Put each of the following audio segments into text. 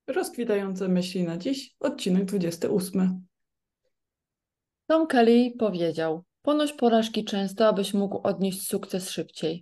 Rozkwitające myśli na dziś, odcinek 28. Tom Kelly powiedział: ponoś porażki często, abyś mógł odnieść sukces szybciej.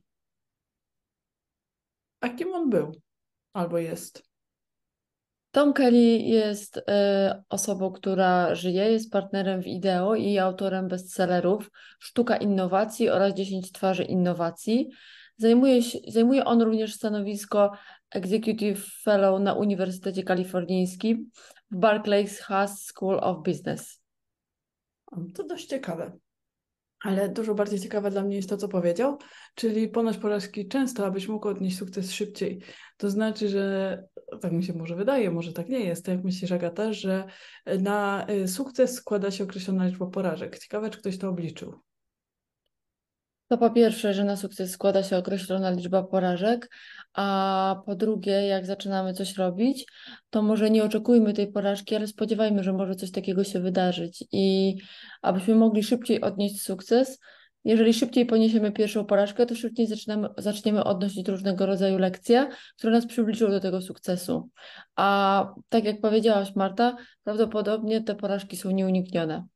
A kim on był? Albo jest? Tom Kelly jest osobą, która żyje, jest partnerem w IDEO i autorem bestsellerów Sztuka Innowacji oraz 10 twarzy innowacji. Zajmuje on również stanowisko Executive Fellow na Uniwersytecie Kalifornijskim w Barclays Haas School of Business. To dość ciekawe. Ale dużo bardziej ciekawe dla mnie jest to, co powiedział, czyli ponoć porażki często, abyś mógł odnieść sukces szybciej. To znaczy, że tak mi się może wydaje, może tak nie jest, tak jak myślisz, Agata, że na sukces składa się określona liczba porażek. Ciekawe, czy ktoś to obliczył. To po pierwsze, że na sukces składa się określona liczba porażek, a po drugie, jak zaczynamy coś robić, to może nie oczekujmy tej porażki, ale spodziewajmy, że może coś takiego się wydarzyć. I abyśmy mogli szybciej odnieść sukces, jeżeli szybciej poniesiemy pierwszą porażkę, to szybciej zaczniemy odnosić różnego rodzaju lekcje, które nas przybliżą do tego sukcesu. A tak jak powiedziałaś, Marta, prawdopodobnie te porażki są nieuniknione.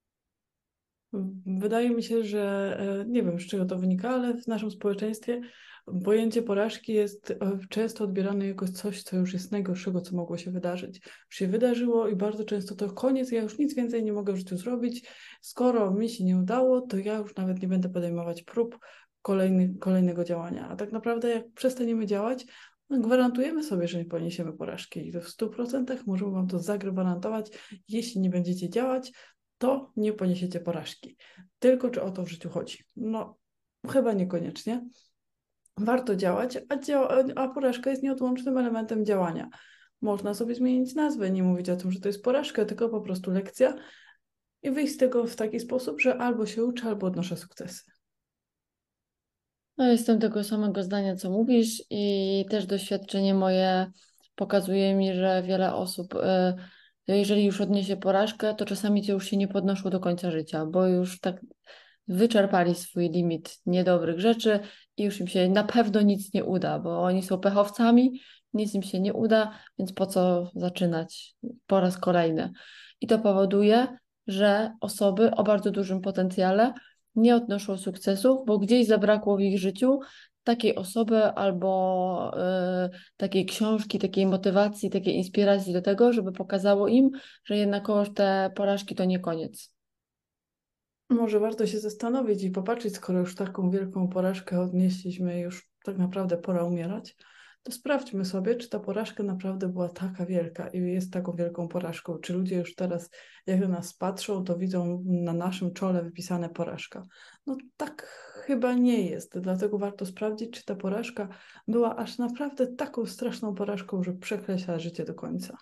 Wydaje mi się, że nie wiem, z czego to wynika, ale w naszym społeczeństwie pojęcie porażki jest często odbierane jako coś, co już jest najgorszego, co mogło się wydarzyć. Już się wydarzyło i bardzo często to koniec, ja już nic więcej nie mogę w życiu zrobić. Skoro mi się nie udało, to ja już nawet nie będę podejmować prób kolejnego działania. A tak naprawdę jak przestaniemy działać, no gwarantujemy sobie, że nie poniesiemy porażki. I to w 100% możemy wam to zagwarantować. Jeśli nie będziecie działać, to nie poniesiecie porażki. Tylko czy o to w życiu chodzi? No, chyba niekoniecznie. Warto działać, a porażka jest nieodłącznym elementem działania. Można sobie zmienić nazwę, nie mówić o tym, że to jest porażka, tylko po prostu lekcja i wyjść z tego w taki sposób, że albo się uczę, albo odnoszę sukcesy. No, jestem tego samego zdania, co mówisz, i też doświadczenie moje pokazuje mi, że wiele osób, jeżeli już odniesie porażkę, to czasami to już się nie podnoszą do końca życia, bo już tak wyczerpali swój limit niedobrych rzeczy i już im się na pewno nic nie uda, bo oni są pechowcami, nic im się nie uda, więc po co zaczynać po raz kolejny? I to powoduje, że osoby o bardzo dużym potencjale nie odnoszą sukcesów, bo gdzieś zabrakło w ich życiu takiej osoby albo takiej książki, takiej motywacji, takiej inspiracji do tego, żeby pokazało im, że jednakowoż te porażki to nie koniec. Może warto się zastanowić i popatrzeć, skoro już taką wielką porażkę odnieśliśmy, już tak naprawdę pora umierać, to sprawdźmy sobie, czy ta porażka naprawdę była taka wielka i jest taką wielką porażką. Czy ludzie już teraz, jak na nas patrzą, to widzą na naszym czole wypisane porażka. No tak chyba nie jest, dlatego warto sprawdzić, czy ta porażka była aż naprawdę taką straszną porażką, że przekreśla życie do końca.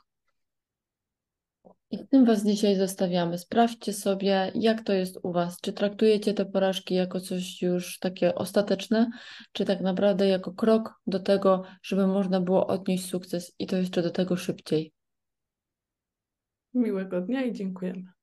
I z tym Was dzisiaj zostawiamy. Sprawdźcie sobie, jak to jest u Was. Czy traktujecie te porażki jako coś już takie ostateczne, czy tak naprawdę jako krok do tego, żeby można było odnieść sukces i to jeszcze do tego szybciej. Miłego dnia i dziękujemy.